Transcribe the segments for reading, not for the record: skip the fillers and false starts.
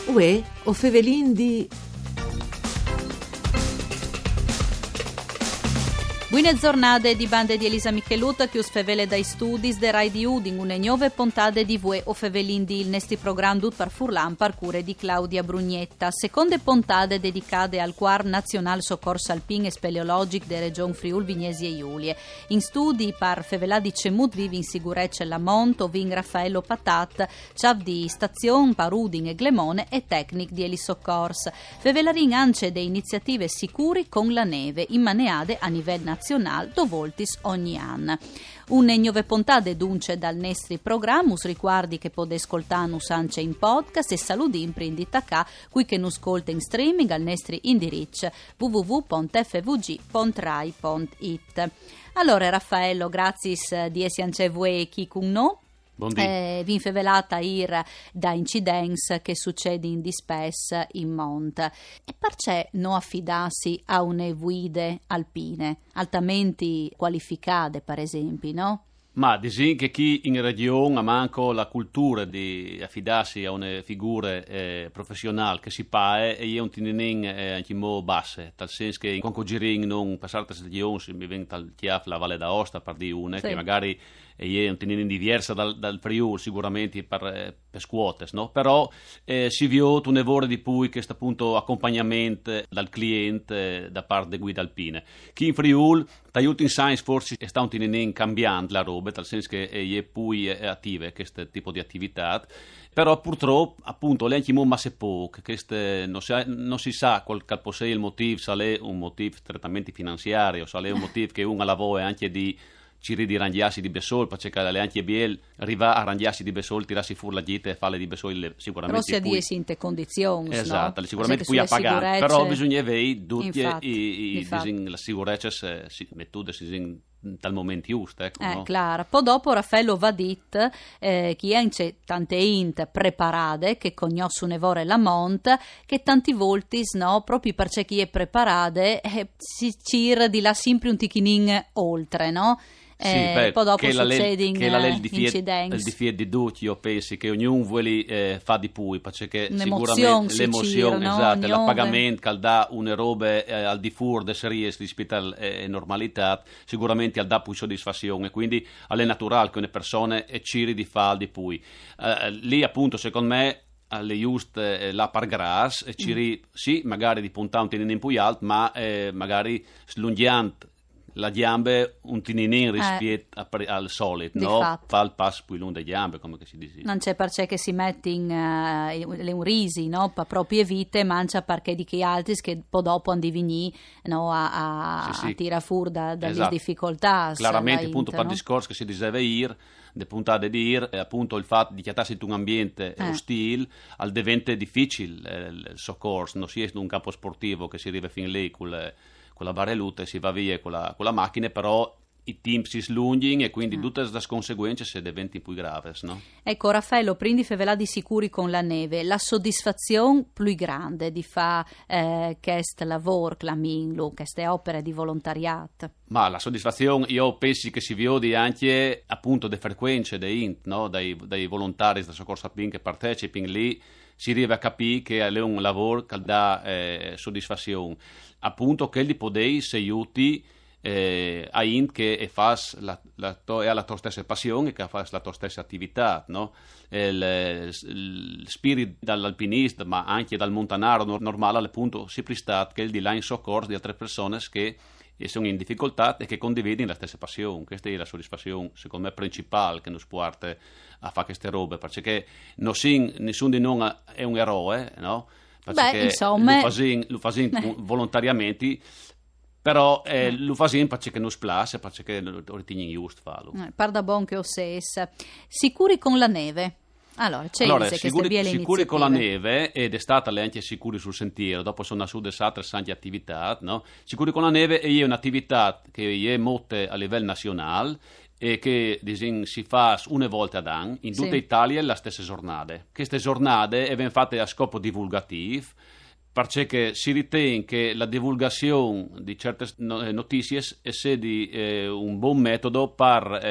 Uè, o fevelin di... Buone giornate di bande di Elisa Michelut che us fevele dai studi de Rai di Udin, une nuove puntate di Vue o fevelin di il nesti programma per Furlan par cure di Claudia Brugnetta. Seconde puntate dedicate al Quar National Soccorso Alpin e Speleologic de Region Friul Vignesi e Giulie. In studi par fevelà di Cemut vivi in sicurezza la Monto, vin Raffaello Patat, ciav di Stazione par Udin e Glemone e tecnic di Elisoccors. Fevelarin ance de iniziative sicuri con la neve, in maneade a livello nazionale dovoltis ogni anno. Un nuove puntate dunque dal nostro programma, ricordi che potete ascoltarnos anche in podcast e saluti in prinditacà qui che nos ascolta in streaming al nostro indirizzo www.fvg.rai.it. Allora Raffaello, grazie di essere anche voi qui con noi. Vi infevelata da incidenze che succede in dispes in Mont. E perché non affidarsi a une guide alpine altamente qualificate, per esempio, no? Ma disin che chi in regione ha manco la cultura di affidarsi a una figura professionale che si pae e io un tininin anche mo basse, tal senso che in concogiring non passate stagioni mi viene tal chiaf la Valle d'Aosta per di una sì. Che magari è un tininin diversa dal Friuli sicuramente per scuotes, no? Però si vio un evore di poi questo appunto accompagnamento dal cliente da parte delle guide alpine. Chi in Friuli aiuto in science forse è stato un tininin cambiante la roba, tal senso che è poi attive questo tipo di attività, però purtroppo appunto lei ma se poco, non si sa qual possa il motivo, se è un motivo strettamente finanziario, se è un motivo che uno lavora anche di ciri di rangiarsi di Besol, perché le anche biel arriva a rangiarsi di Besol, tirarsi fuori la gita e fare di Besol sicuramente. Però si dice in te condizioni, esatto, no? Sicuramente poi a pagare, però bisogna vedere tutti la sicurezza si mettude in tal momento giusto, ecco, no? Claro. Poi dopo Raffaello va dit chi è tante int preparate che conoscono evore la Mont che tanti volti no proprio perché chi è preparate si cira di là sempre un ticchinin oltre, no? Poi dopo succede incidenti. Il difetto di tutti, io penso che ognuno vuole fa di più, perché sicuramente l'emozione, no? esatto, l'appagamento che dà una roba al di fuori delle serie rispetto alla normalità, sicuramente al dà più soddisfazione, quindi è naturale che una persona ciri di fare di più. Lì appunto secondo me alle just la par gras ciri sì magari di puntare un tinino in più alto, ma magari slunghiante la gambe un tininin rispetto al solito, no? Fa il passo più lungo delle gambe, come si dice. Non c'è perché che si mette le urisi, no? Per proprie vite, mancia perché di che altri che poi dopo andivini, no? a tira fuori dalle esatto. Difficoltà. Claramente, appunto, per il discorso che si diceva le puntate di appunto il fatto di chiatarsi in un ambiente ostile, al diventa difficile il soccorso, non si è in un campo sportivo che si arriva fin lì con la barellutta e si va via con la macchina, però i team si slunghin e quindi tutte le conseguenze se diventano più gravi, no? Ecco Raffaello, prendi fevelà di sicuri con la neve, la soddisfazione più grande di fare questo lavoro, queste opere di volontariato. Ma la soddisfazione io penso che si vede anche appunto le frequenze no? dai volontari del soccorso alpino che partecipano lì, si arriva a capire che è un lavoro che dà soddisfazione, appunto che li potei se aiuti a int che fa la tua stessa passione, che fa la tua stessa attività, no? Il spirito dall'alpinista, ma anche dal montanaro normale, appunto si presta che il di là in soccorso di altre persone che sono in difficoltà e che condividono la stessa passione. Questa è la soddisfazione, secondo me, principale che ci porta a fare queste robe, perché nessuno di noi è un eroe, no? Perché insomma lo fanno volontariamente, però lo fanno perché non spiace, perché lo riteniamo giusto farlo. Parda bon che ho ses. Sicuri con la neve. Allora, sicuri con la neve ed è stata anche sicuri sul sentiero, dopo sono assunte altre santi attività, no? Sicuri con la neve è un'attività che è molte a livello nazionale e che si fa una volta ad anno in tutta Italia la stessa giornata. Queste giornate vengono fatte a scopo divulgativo, perché si ritiene che la divulgazione di certe notizie sia un buon metodo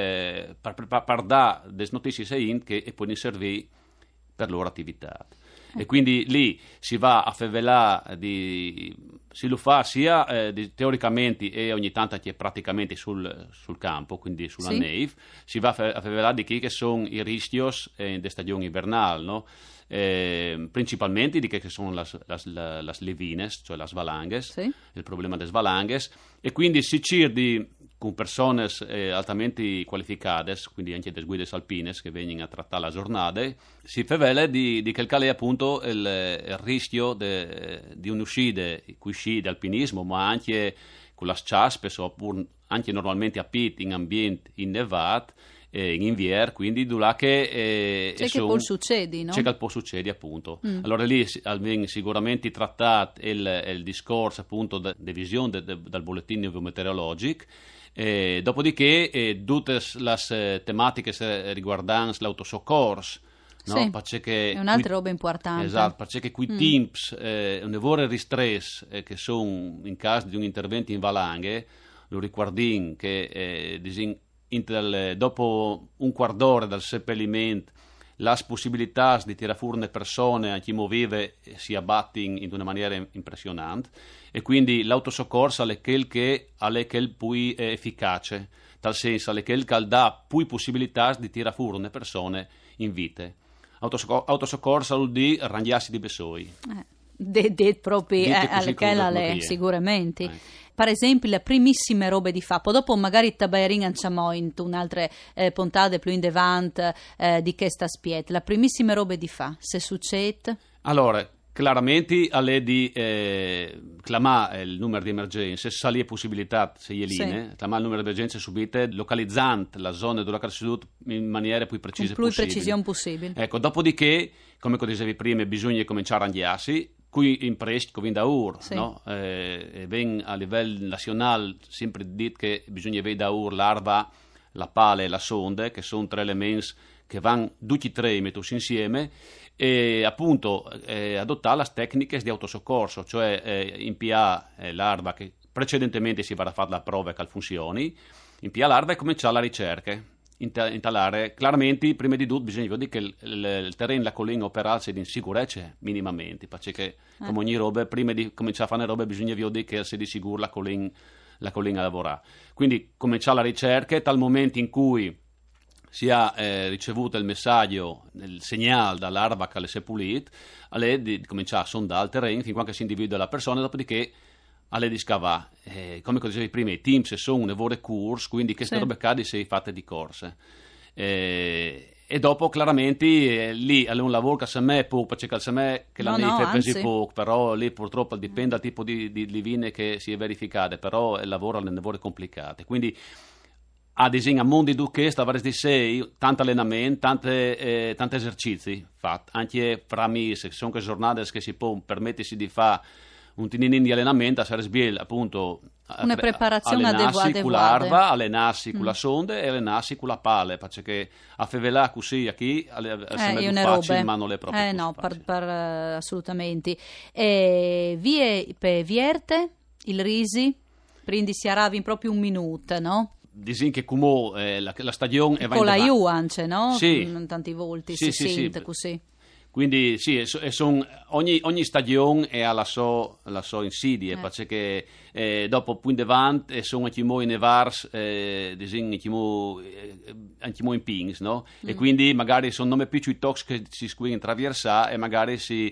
per dare delle notizie che poi servire per la loro attività. E quindi lì si va a fevelà si lo fa sia teoricamente e ogni tanto anche praticamente sul campo, quindi sulla neve, si va a fevelà di chi che sono i rischios in stagione invernale, no? Principalmente di che sono las levines, cioè las valanges, il problema delle valanges, e quindi si cerca con persone altamente qualificate, quindi anche delle guide alpine che vengono a trattare la giornata, si fevele di che è appunto il rischio di un'uscita con sci di alpinismo, ma anche con la ciaspe, oppure anche normalmente a pit in ambiente innevato, in invier, quindi che c'è che può succedere, no? C'è che può succedere, appunto. Allora lì almeno sicuramente trattato il discorso appunto di visione dal bollettino meteorologico. Dopodiché tutte le tematiche riguardanti l'autosoccorso, no? Che è un'altra roba importante. Esatto, perché quei teams un'evore ristress che sono in caso di un intervento in valanghe, lo riguardin che dopo un quarto d'ora dal seppellimento la possibilità di tirare fuori le persone anche vive si abbattono in una maniera impressionante, e quindi l'autosoccorso è quel che è più efficace, tal senso è quel che dà più possibilità di tirare fuori le persone in vita. Autosoccorso vuol dire rangiarsi di besoi. Proprio sicuramente. Per esempio le primissime robe di Fappo, dopo magari tabaierin anciamo in un'altre puntate più in devant di questa spiet, le primissime robe di fa, se succede? Allora, chiaramente alle di chiamare il numero di emergenze, se lì è possibilità, se è linee, chiamare il numero di emergenze subite, localizzando la zona dove è accaduto in maniera più precisa possibile. Più precisione possibile. Ecco, dopodiché, come dicevi prima, bisogna cominciare a rangiarsi. Qui in prestito viene da no? Ben a livello nazionale sempre detto che bisogna vedere da l'arva, la pala e la sonda, che sono tre elementi che vanno tutti e tre messi insieme, e appunto adottare le tecniche di autosoccorso, cioè impiare l'arva che precedentemente si va a fare la prova che funzioni, impiare l'arva e cominciare la ricerca. Intalare chiaramente prima di tutto bisogna dire che il terreno la collina operarsi in sicurezza minimamente, perché come ogni roba prima di cominciare a fare le robe bisogna dire che sia di sicuro la collina a lavorare, quindi cominciare la ricerca dal momento in cui si ha ricevuto il messaggio, il segnale dall'arva che si è pulito, di cominciare a sondare il terreno fin quando si individua la persona, dopodiché alle di scavare, come dicevi prima, i teams sono un evore course, quindi queste robe cadi sei fatte di corse, e dopo chiaramente lì è un lavoro che se me può, perché se me che la neve pesi poco, però lì purtroppo dipende dal tipo di vine che si è verificate, però il lavoro è un lavoro complicato, quindi a disegno a mondi duche stavare di sei tanto allenamento, tanti esercizi fatti, anche fra mesi, sono che giornate che si può permettersi di fare un tininin di allenamento a Saresbiel, appunto una preparazione allenarsi con l'arva, allenarsi con la sonda e allenarsi con la pala, perché a fevelà così a chi sembra facile ma non è proprio no, assolutamente. Vie per vierte il risi quindi si arriva in proprio un minuto, no? Disin che come la stagione è con la Juance, no? Sì. Tanti volti si sente così. Quindi sì, ogni stagione ha la sua insidia, perché dopo più in avanti sono anche in nevars, anche in pings, no? E quindi magari sono nome più i tox che si squilano attraversare e magari si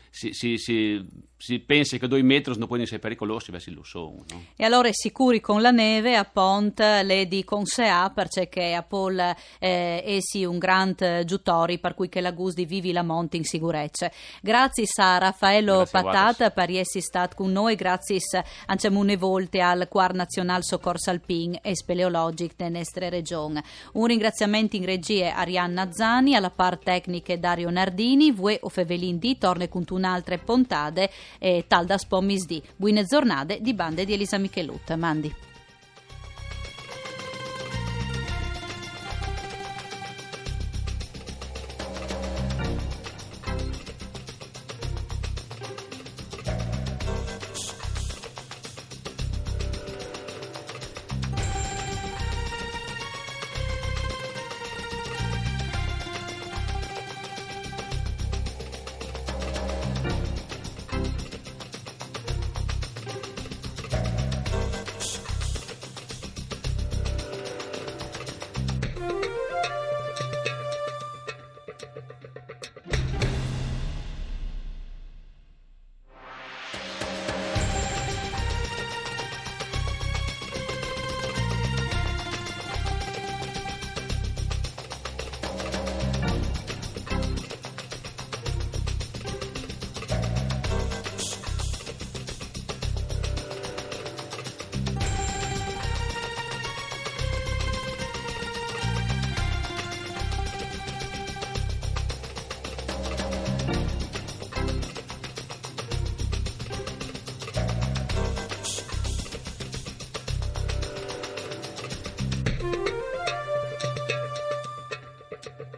pensa che 2 metri non possono essere pericolosi, versi lo sono, no? E allora è sicuri con la neve a Pont le di consea perché a Pol essi un grand giutori per cui che la gusti vivi la monte in sicurezza. Grazie a Raffaello Patata per essere stato con noi, grazie anche une volte al Quar Nazional Soccorso Alpin e Speleologic nelle nostre regioni. Un ringraziamento in regie Arianna Zani, alla par tecniche Dario Nardini, Vue o Fevelin di torne con un'altra puntade tal da spommis di buone giornate di bande di Elisa Michelut. Mandi. Italia.